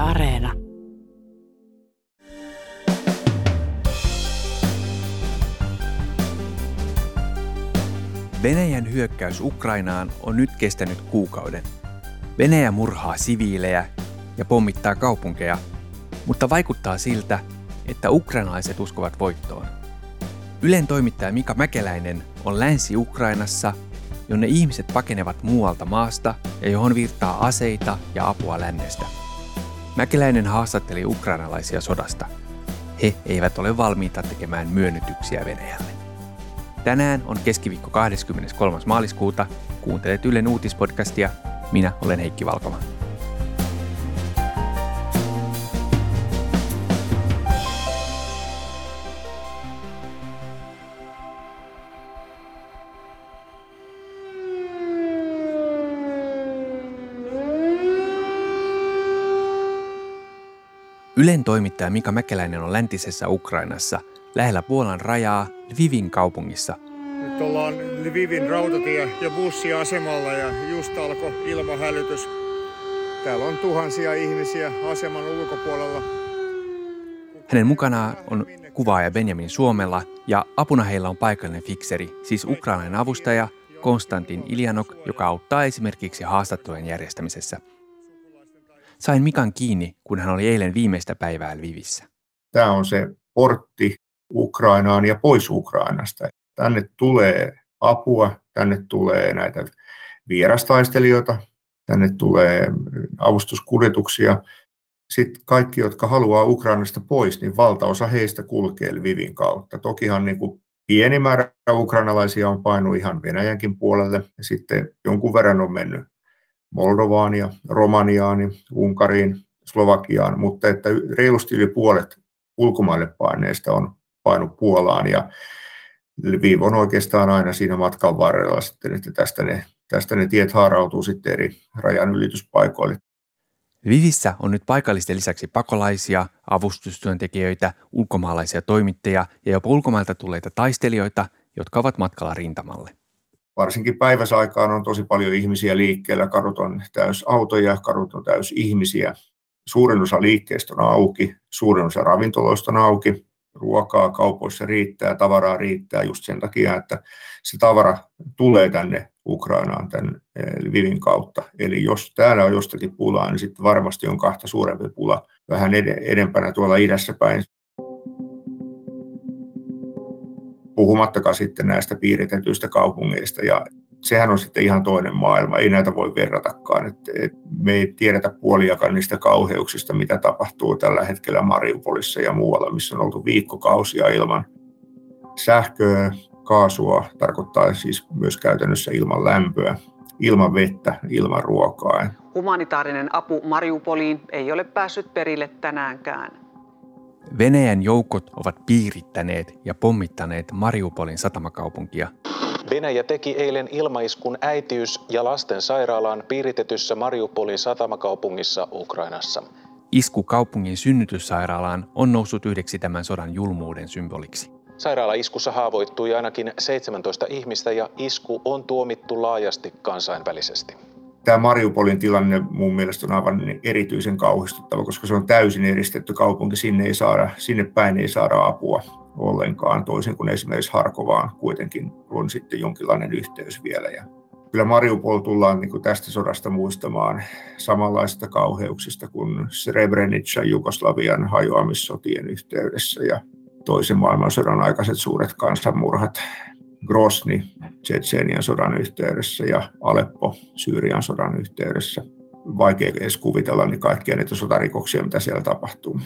Areena. Venäjän hyökkäys Ukrainaan on nyt kestänyt kuukauden. Venäjä murhaa siviilejä ja pommittaa kaupunkeja, mutta vaikuttaa siltä, että ukrainalaiset uskovat voittoon. Ylen toimittaja Mika Mäkeläinen on Länsi-Ukrainassa, jonne ihmiset pakenevat muualta maasta ja johon virtaa aseita ja apua lännestä. Mäkeläinen haastatteli ukrainalaisia sodasta. He eivät ole valmiita tekemään myönnytyksiä Venäjälle. Tänään on keskiviikko 23. maaliskuuta. Kuuntelet Ylen uutispodcastia. Minä olen Heikki Valkoma. Ylen toimittaja Mika Mäkeläinen on läntisessä Ukrainassa, lähellä Puolan rajaa Lvivin kaupungissa. Nyt ollaan Lvivin rautatie- ja bussiasemalla ja just alkoi ilmahälytys. Täällä on tuhansia ihmisiä aseman ulkopuolella. Hänen mukanaan on kuvaaja Benjamin Suomella ja apuna heillä on paikallinen fikseri, siis ukrainalainen avustaja Konstantin Iljanok, joka auttaa esimerkiksi haastattelujen järjestämisessä. Sain Mikan kiinni, kun hän oli eilen viimeistä päivää Lvivissä. Tämä on se portti Ukrainaan ja pois Ukrainasta. Tänne tulee apua, tänne tulee näitä vierastaistelijoita, tänne tulee avustuskuljetuksia. Sitten kaikki, jotka haluaa Ukrainasta pois, niin valtaosa heistä kulkee Lvivin kautta. Tokihan niin kuin pieni määrä ukrainalaisia on painut ihan Venäjänkin puolelle ja sitten jonkun verran on mennyt Moldovaan ja Romaniaan, Unkariin, Slovakiaan, mutta että reilusti yli puolet ulkomaille paineista on painut Puolaan ja Lviv on oikeastaan aina siinä matkan varrella sitten, että tästä ne tiet haarautuu sitten eri rajan ylityspaikoille. Lvivissä on nyt paikallisten lisäksi pakolaisia, avustustyöntekijöitä, ulkomaalaisia toimittajia ja jopa ulkomailta tulleita taistelijoita, jotka ovat matkalla rintamalle. Varsinkin päiväsaikaan on tosi paljon ihmisiä liikkeellä, kadut on täys autoja, kadut on täys ihmisiä. Suurin osa liikkeistä on auki, suurin osa ravintoloista on auki, ruokaa kaupoissa riittää, tavaraa riittää just sen takia, että se tavara tulee tänne Ukrainaan tämän Lvivin kautta. Eli jos täällä on jostakin pulaa, niin sitten varmasti on kahta suurempi pula vähän edempänä tuolla idässä päin. Puhumattakaan sitten näistä piiritetyistä kaupungeista, ja sehän on sitten ihan toinen maailma, ei näitä voi verratakaan. Me ei tiedetä puoliakaan niistä kauheuksista, mitä tapahtuu tällä hetkellä Mariupolissa ja muualla, missä on oltu viikkokausia ilman sähköä, kaasua, tarkoittaa siis myös käytännössä ilman lämpöä, ilman vettä, ilman ruokaa. Humanitaarinen apu Mariupoliin ei ole päässyt perille tänäänkään. Venäjän joukot ovat piirittäneet ja pommittaneet Mariupolin satamakaupunkia. Venäjä teki eilen ilmaiskun äitiys- ja lastensairaalaan piiritetyssä Mariupolin satamakaupungissa Ukrainassa. Isku kaupungin synnytyssairaalaan on noussut yhdeksi tämän sodan julmuuden symboliksi. Sairaalaiskussa haavoittui ainakin 17 ihmistä ja isku on tuomittu laajasti kansainvälisesti. Tämä Mariupolin tilanne mun mielestä on aivan erityisen kauhistuttava, koska se on täysin eristetty kaupunki. Sinne päin ei saada apua ollenkaan, toisin kuin esimerkiksi Harkovaan kuitenkin on sitten jonkinlainen yhteys vielä. Ja kyllä Mariupol tullaan niin kuin tästä sodasta muistamaan samanlaisista kauheuksista kuin Srebrenica Jugoslavian hajoamissotien yhteydessä ja toisen maailmansodan aikaiset suuret kansanmurhat. Grozny Tšetšenian sodan yhteydessä ja Aleppo Syyrian sodan yhteydessä. Vaikea edes kuvitella niin kaikkia niitä sotarikoksia, mitä siellä tapahtuu.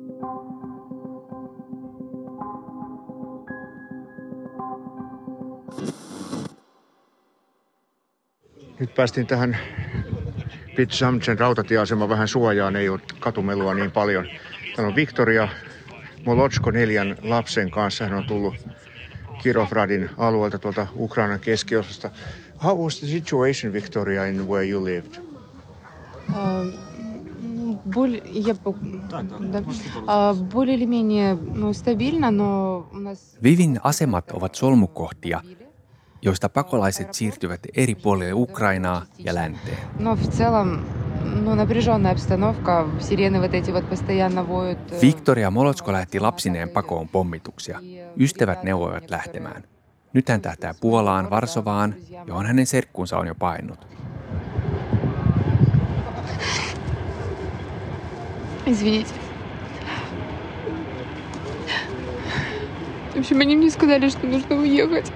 Nyt päästiin tähän Pitsamtsen rautatieaseman vähän suojaan, ei ole katumelua niin paljon. Täällä on Viktoria Molotsko 4 lapsen kanssa, hän on tullut Kirovradin alueelta tuolta Ukrainan keskiosasta. How was the situation, Victoria, in where you lived? Lvivin asemat ovat solmukohtia, joista pakolaiset siirtyvät eri puolille Ukrainaa ja länteen. напряженная обстановка, сирены вот эти вот постоянно воют. Viktoria Molotsko lähti lapsineen pakoon pommituksia. Ystävät neuvoivat lähtemään. Nyt hän tähtää Puolaan, Varsovaan, johon hänen serkkunsa on jo paennut. Извините. В общем, они мне сказали, что нужно уехать.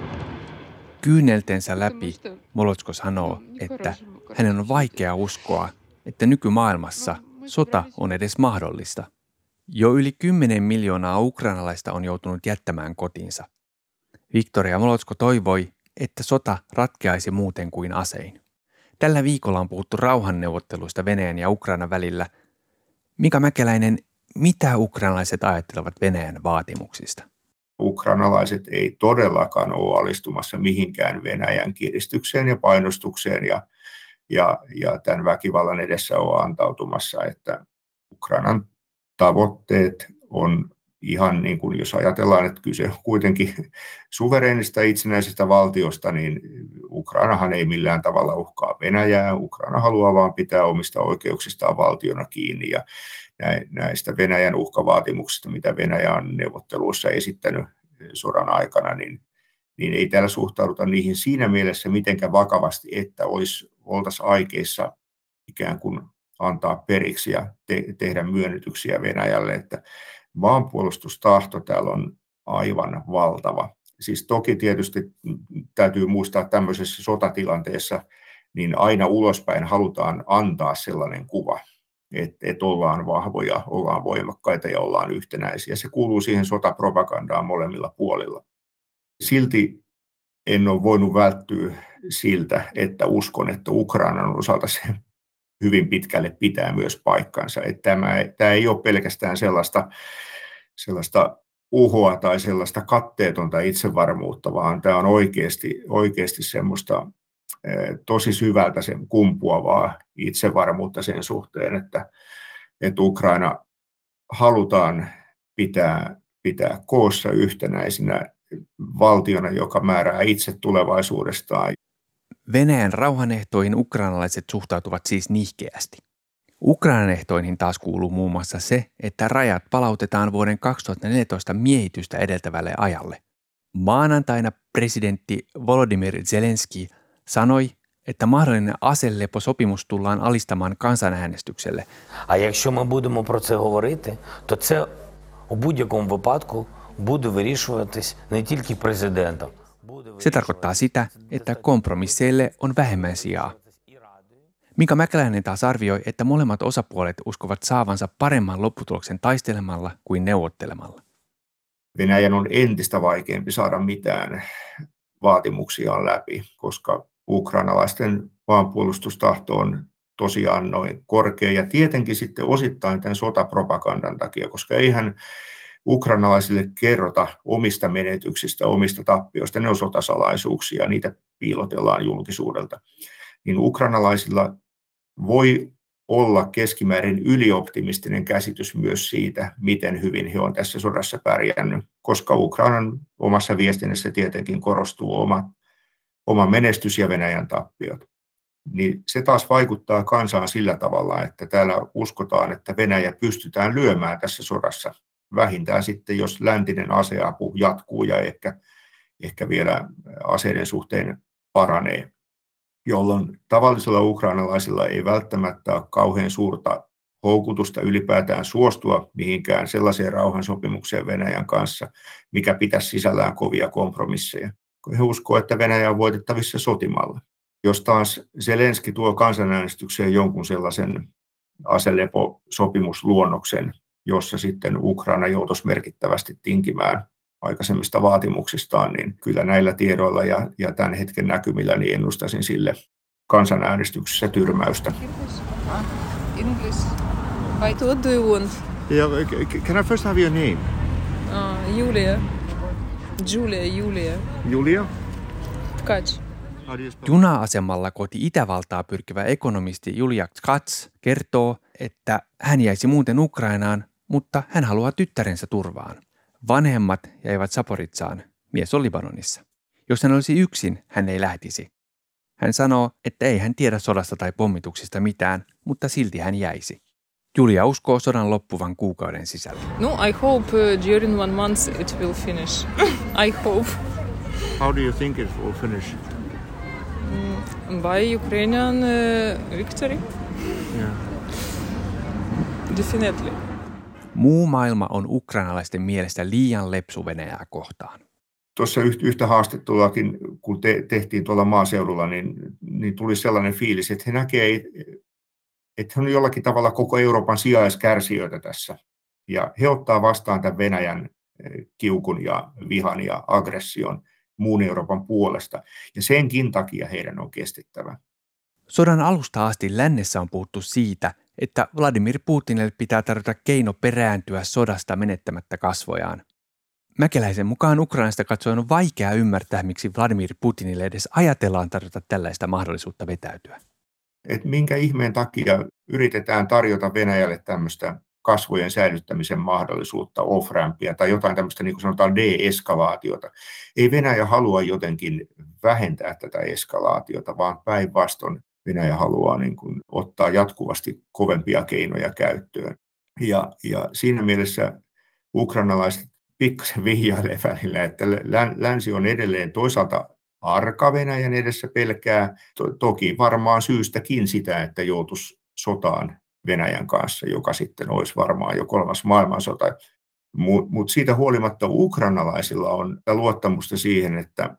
Kyyneltensä läpi Molotsko sanoo, että hänen on vaikea uskoa, että nykymaailmassa sota on edes mahdollista. Jo yli 10 miljoonaa ukrainalaista on joutunut jättämään kotinsa. Viktoria Molotsko toivoi, että sota ratkeaisi muuten kuin asein. Tällä viikolla on puhuttu rauhanneuvotteluista Venäjän ja Ukrainan välillä. Mika Mäkeläinen, mitä ukrainalaiset ajattelevat Venäjän vaatimuksista? Ukrainalaiset ei todellakaan ole alistumassa mihinkään Venäjän kiristykseen ja painostukseen ja tämän väkivallan edessä on antautumassa, että Ukrainan tavoitteet on ihan niin kuin jos ajatellaan, että kyse on kuitenkin suvereenista itsenäisestä valtiosta, niin Ukrainahan ei millään tavalla uhkaa Venäjää. Ukraina haluaa vaan pitää omista oikeuksistaan valtiona kiinni ja näistä Venäjän uhkavaatimuksista, mitä Venäjä on neuvotteluissa esittänyt sodan aikana, niin ei täällä suhtauduta niihin siinä mielessä mitenkään vakavasti, että oltaisiin aikeissa ikään kuin antaa periksi ja tehdä myönnytyksiä Venäjälle, että maanpuolustustahto täällä on aivan valtava. Siis toki tietysti täytyy muistaa tämmöisessä sotatilanteessa, niin aina ulospäin halutaan antaa sellainen kuva, että ollaan vahvoja, ollaan voimakkaita ja ollaan yhtenäisiä. Se kuuluu siihen sotapropagandaan molemmilla puolilla. Silti en ole voinut välttyä siltä, että uskon, että Ukrainan osalta se hyvin pitkälle pitää myös paikkansa. Että tämä ei ole pelkästään sellaista uhoa tai sellaista katteetonta itsevarmuutta, vaan tämä on oikeasti semmoista tosi syvältä sen kumpuavaa itsevarmuutta sen suhteen, että Ukraina halutaan pitää koossa yhtenäisenä valtiona, joka määrää itse tulevaisuudestaan. Venäjän rauhanehtoihin ukrainalaiset suhtautuvat siis nihkeästi. Ukrainan ehtoihin taas kuuluu muun muassa se, että rajat palautetaan vuoden 2014 miehitystä edeltävälle ajalle. Maanantaina presidentti Volodymyr Zelenski sanoi, että mahdollinen aseleposopimus tullaan alistamaan kansanäänestykselle. А якщо ми будемо про це говорити, то це у будь-якому випадку буде вирішуватись не тільки президентом. Se tarkoittaa sitä, että kompromisseille on vähemmän sijaa. Mika Mäkeläinen taas arvioi, että molemmat osapuolet uskovat saavansa paremman lopputuloksen taistelemalla kuin neuvottelemalla. Venäjän on entistä vaikeampi saada mitään vaatimuksiaan läpi, koska ukrainalaisten maanpuolustustahto on tosiaan noin korkea ja tietenkin sitten osittain tämän sotapropagandan takia, koska eihän ukrainalaisille kerrota omista menetyksistä, omista tappioista, ne on sotasalaisuuksia, niitä piilotellaan julkisuudelta. Niin ukrainalaisilla voi olla keskimäärin ylioptimistinen käsitys myös siitä, miten hyvin he on tässä sodassa pärjännyt, koska Ukrainan omassa viestinnässä tietenkin korostuu oma menestys ja Venäjän tappiot. Niin se taas vaikuttaa kansaan sillä tavalla, että täällä uskotaan, että Venäjä pystytään lyömään tässä sodassa. Vähintään sitten, jos läntinen aseapu jatkuu ja ehkä vielä aseiden suhteen paranee, jolloin tavallisilla ukrainalaisilla ei välttämättä ole kauhean suurta houkutusta ylipäätään suostua mihinkään sellaiseen rauhansopimukseen Venäjän kanssa, mikä pitäisi sisällään kovia kompromisseja. He uskovat, että Venäjä on voitettavissa sotimalla. Jos taas Zelenski tuo kansanäänestykseen jonkun sellaisen aseleposopimusluonnoksen, jossa sitten Ukraina joutuisi merkittävästi tinkimään aikaisemmista vaatimuksistaan, niin kyllä näillä tiedoilla ja tämän hetken näkymillä niin ennustaisin sille kansanäänestyksessä tyrmäystä. English. What do you want? Yeah, can I first have your name? Julia. Julia? Tkach. Juna-asemalla kohti Itävaltaa pyrkivä ekonomisti Julia Tkach kertoo, että hän jäisi muuten Ukrainaan, mutta hän haluaa tyttärensä turvaan. Vanhemmat jäivät Zaporitsaan, mies on Libanonissa. Jos hän olisi yksin, hän ei lähtisi. Hän sanoo, että ei hän tiedä sodasta tai pommituksista mitään, mutta silti hän jäisi. Julia uskoo sodan loppuvan kuukauden sisällä. No, I hope during 1 month it will finish. I hope. How do you think it will finish? By Ukrainian victory. Yeah. Definitely. Muu maailma on ukrainalaisten mielestä liian lepsu Venäjää kohtaan. Tuossa yhtä haastatteluakin, kun tehtiin tuolla maaseudulla, niin tuli sellainen fiilis, että he näkee, että he on jollakin tavalla koko Euroopan sijaiskärsijöitä tässä. Ja he ottaa vastaan tämän Venäjän kiukun ja vihan ja aggression muun Euroopan puolesta. Ja senkin takia heidän on kestettävä. Sodan alusta asti lännessä on puhuttu siitä, että Vladimir Putinille pitää tarjota keino perääntyä sodasta menettämättä kasvojaan. Mäkeläisen mukaan Ukrainasta katsoen on vaikea ymmärtää, miksi Vladimir Putinille edes ajatellaan tarjota tällaista mahdollisuutta vetäytyä. Et minkä ihmeen takia yritetään tarjota Venäjälle tämmöistä kasvojen säilyttämisen mahdollisuutta, off-rampia tai jotain tämmöistä, niin kuin sanotaan, de-eskalaatiota. Ei Venäjä halua jotenkin vähentää tätä eskalaatiota, vaan päinvastoin Venäjä haluaa niin kuin ottaa jatkuvasti kovempia keinoja käyttöön. Ja siinä mielessä ukrainalaiset pikkasen vihjailee välillä, että länsi on edelleen toisaalta arka Venäjän edessä, pelkää toki varmaan syystäkin sitä, että joutuisi sotaan Venäjän kanssa, joka sitten olisi varmaan jo 3. maailmansota. Mutta siitä huolimatta ukrainalaisilla on luottamusta siihen, että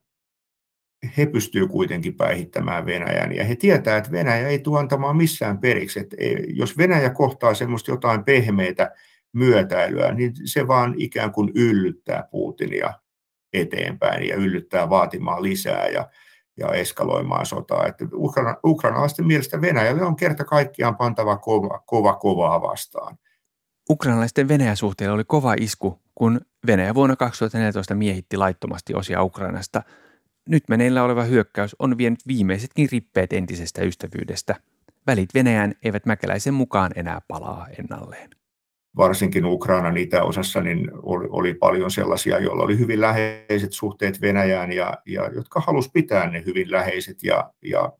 he pystyvät kuitenkin päihittämään Venäjän. Ja he tietää, että Venäjä ei tule antamaan missään periksi. Että jos Venäjä kohtaa semmoista jotain pehmeitä myötäilyä, niin se vaan ikään kuin yllyttää Putinia eteenpäin ja yllyttää vaatimaan lisää ja eskaloimaan sotaa. Että ukrainalaisten mielestä Venäjälle on kerta kaikkiaan pantava kovaa vastaan. Ukrainalaisten Venäjä-suhteella oli kova isku, kun Venäjä vuonna 2014 miehitti laittomasti osia Ukrainasta. Nyt meneillä oleva hyökkäys on vienyt viimeisetkin rippeet entisestä ystävyydestä. Välit Venäjään eivät Mäkeläisen mukaan enää palaa ennalleen. Varsinkin Ukrainan itäosassa niin oli paljon sellaisia, joilla oli hyvin läheiset suhteet Venäjään ja jotka halusivat pitää ne hyvin läheiset ja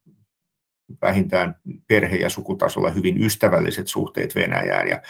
vähintään perhe- ja sukutasolla hyvin ystävälliset suhteet Venäjään. Ja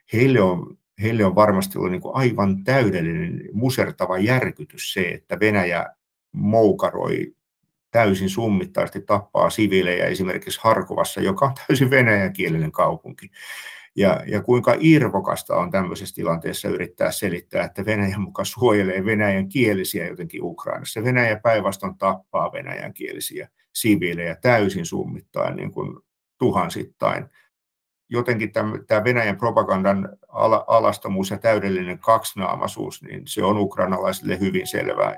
heille on varmasti ollut niin kuin aivan täydellinen musertava järkytys se, että Venäjä moukaroi täysin summittaisesti, tappaa siviilejä esimerkiksi Harkovassa, joka on täysin venäjänkielinen kaupunki. Ja kuinka irvokasta on tämmöisessä tilanteessa yrittää selittää, että Venäjä muka suojelee venäjänkielisiä jotenkin Ukrainassa. Venäjä päinvastoin tappaa venäjänkielisiä siviilejä täysin summittain, niin kuin tuhansittain. Jotenkin tämä Venäjän propagandan alastomuus ja täydellinen kaksinaamaisuus, niin se on ukrainalaisille hyvin selvää.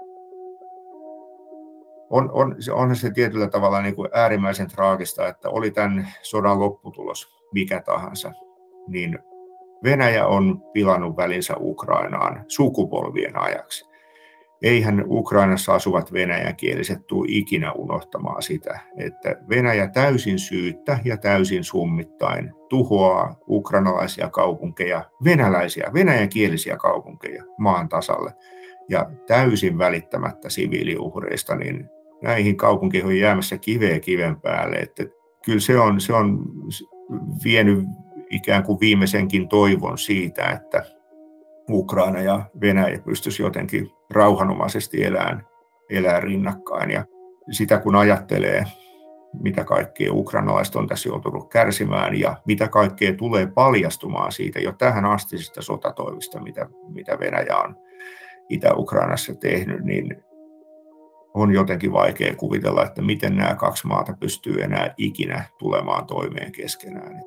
Onhan se tietyllä tavalla niin kuin äärimmäisen traagista, että oli tämän sodan lopputulos mikä tahansa, niin Venäjä on pilannut välinsä Ukrainaan sukupolvien ajaksi. Eihän Ukrainassa asuvat venäjänkieliset tule ikinä unohtamaan sitä, että Venäjä täysin syyttä ja täysin summittain tuhoaa ukrainalaisia kaupunkeja, venäjänkielisiä kaupunkeja maan tasalle ja täysin välittämättä siviiliuhreista, niin näihin kaupunkeihin on jäämässä kiveä kiven päälle, että kyllä se on vienyt ikään kuin viimeisenkin toivon siitä, että Ukraina ja Venäjä pystyisi jotenkin rauhanomaisesti elämään rinnakkain. Ja sitä kun ajattelee, mitä kaikkea ukrainalaiset on tässä joutunut kärsimään ja mitä kaikkea tulee paljastumaan siitä jo tähän astisista sotatoimista, mitä Venäjä on Itä-Ukrainassa tehnyt, niin on jotenkin vaikea kuvitella, että miten nämä kaksi maata pystyy enää ikinä tulemaan toimeen keskenään.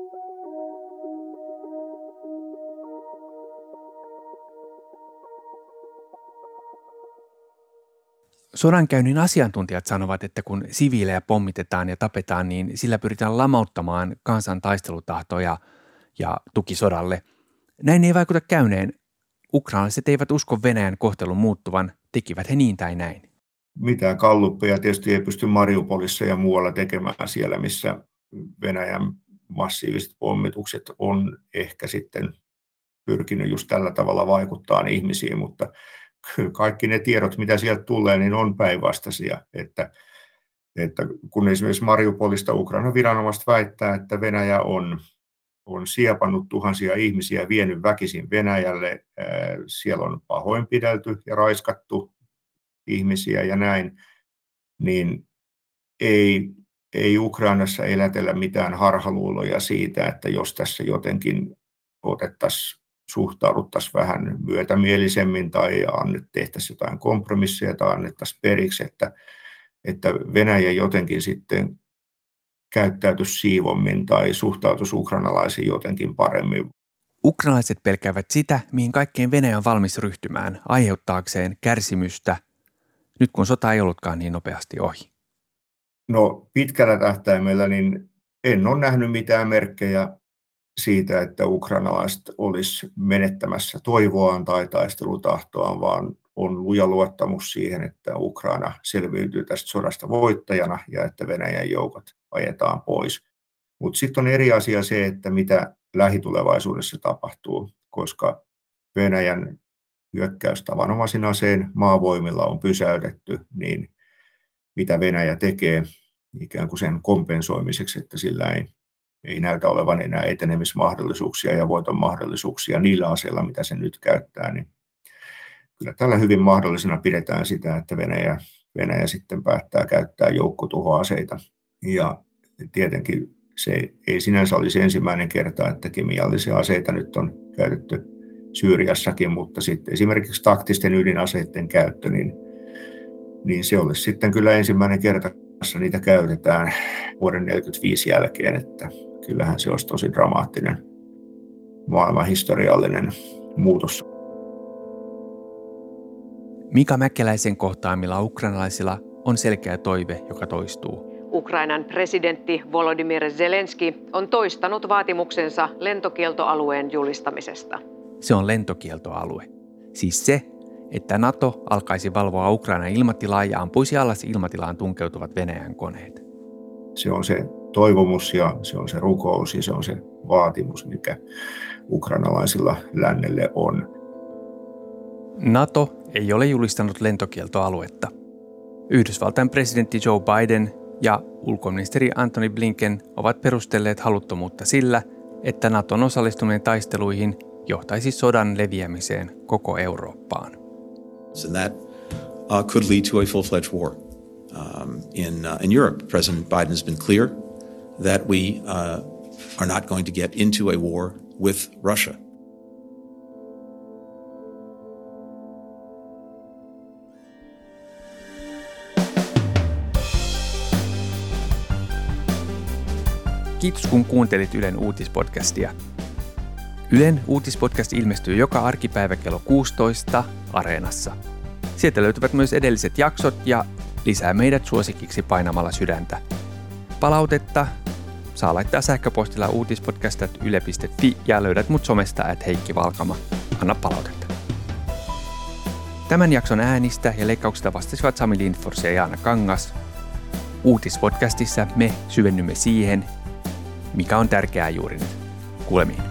Sodankäynnin asiantuntijat sanovat, että kun siviilejä pommitetaan ja tapetaan, niin sillä pyritään lamauttamaan kansan taistelutahtoja ja tuki sodalle. Näin ei vaikuta käyneen. Ukrainalaiset eivät usko Venäjän kohtelun muuttuvan, tekivät he niin tai näin. Mitään galluppeja tietysti ei pysty Mariupolissa ja muualla tekemään siellä, missä Venäjän massiiviset pommitukset on ehkä sitten pyrkinyt just tällä tavalla vaikuttaa ihmisiin, mutta kaikki ne tiedot, mitä sieltä tulee, niin on päinvastaisia, että Että kun esimerkiksi Mariupolista Ukrainan viranomaiset väittää, että Venäjä on siepannut tuhansia ihmisiä, vienyt väkisin Venäjälle, siellä on pahoinpidelty ja raiskattu ihmisiä ja näin, niin ei Ukrainassa elätellä mitään harhaluuloja siitä, että jos tässä jotenkin suhtauduttaisiin vähän myötämielisemmin tai tehtäisiin jotain kompromisseja tai annettaisiin periksi, että Venäjä jotenkin sitten käyttäytyisi siivommin tai suhtautuisi ukrainalaisiin jotenkin paremmin. Ukrainalaiset pelkäävät sitä, mihin kaikkeen Venäjä on valmis ryhtymään, aiheuttaakseen kärsimystä, nyt kun sota ei ollutkaan niin nopeasti ohi. No pitkällä tähtäimellä niin en ole nähnyt mitään merkkejä siitä, että ukrainalaiset olisi menettämässä toivoaan tai taistelutahtoaan, vaan on luja luottamus siihen, että Ukraina selviytyy tästä sodasta voittajana ja että Venäjän joukot ajetaan pois. Mutta sitten on eri asia se, että mitä lähitulevaisuudessa tapahtuu, koska Venäjän hyökkäys tavanomaisin asein maavoimilla on pysäytetty, niin mitä Venäjä tekee ikään kuin sen kompensoimiseksi, että sillä ei näytä olevan enää etenemismahdollisuuksia ja voiton mahdollisuuksia niillä aseilla, mitä se nyt käyttää, niin kyllä tällä hyvin mahdollisena pidetään sitä, että Venäjä sitten päättää käyttää joukkotuhoaseita. Ja tietenkin se ei sinänsä olisi ensimmäinen kerta, että kemiallisia aseita nyt on käytetty Syyriassakin, mutta sitten esimerkiksi taktisten ydinaseiden käyttö, niin se olisi sitten kyllä ensimmäinen kerta, jossa niitä käytetään vuoden 1945 jälkeen, että kyllähän se olisi tosi dramaattinen maailmanhistoriallinen muutos. Mika Mäkeläisen kohtaamilla ukrainalaisilla on selkeä toive, joka toistuu. Ukrainan presidentti Volodymyr Zelenski on toistanut vaatimuksensa lentokieltoalueen julistamisesta. Se on lentokieltoalue. Siis se, että NATO alkaisi valvoa Ukrainan ilmatilaa ja ampuisi alas ilmatilaan tunkeutuvat Venäjän koneet. Se on se toivomus ja se on se rukous ja se on se vaatimus, mikä ukrainalaisilla lännelle on. NATO ei ole julistanut lentokieltoaluetta. Yhdysvaltain presidentti Joe Biden ja ulkoministeri Antony Blinken ovat perustelleet haluttomuutta sillä, että NATOn osallistuminen taisteluihin johtaisi sodan leviämiseen koko Eurooppaan. And that could lead to a full-fledged war. In Europe, President Biden has been clear that we are not going to get into a war with Russia. Kiitos kun kuuntelit Ylen uutispodcastia. Ylen uutispodcast ilmestyy joka arkipäivä kello 16 Areenassa. Sieltä löytyvät myös edelliset jaksot ja lisää meidät suosikiksi painamalla sydäntä. Palautetta saa laittaa sähköpostilla uutispodcast@yle.fi ja löydät mut somesta @Heikki Valkama. Anna palautetta. Tämän jakson äänistä ja leikkauksista vastasivat Sami Lindfors ja Jaana Kangas. Uutispodcastissa me syvennymme siihen, mikä on tärkeää juuri nyt. Kuulemiin.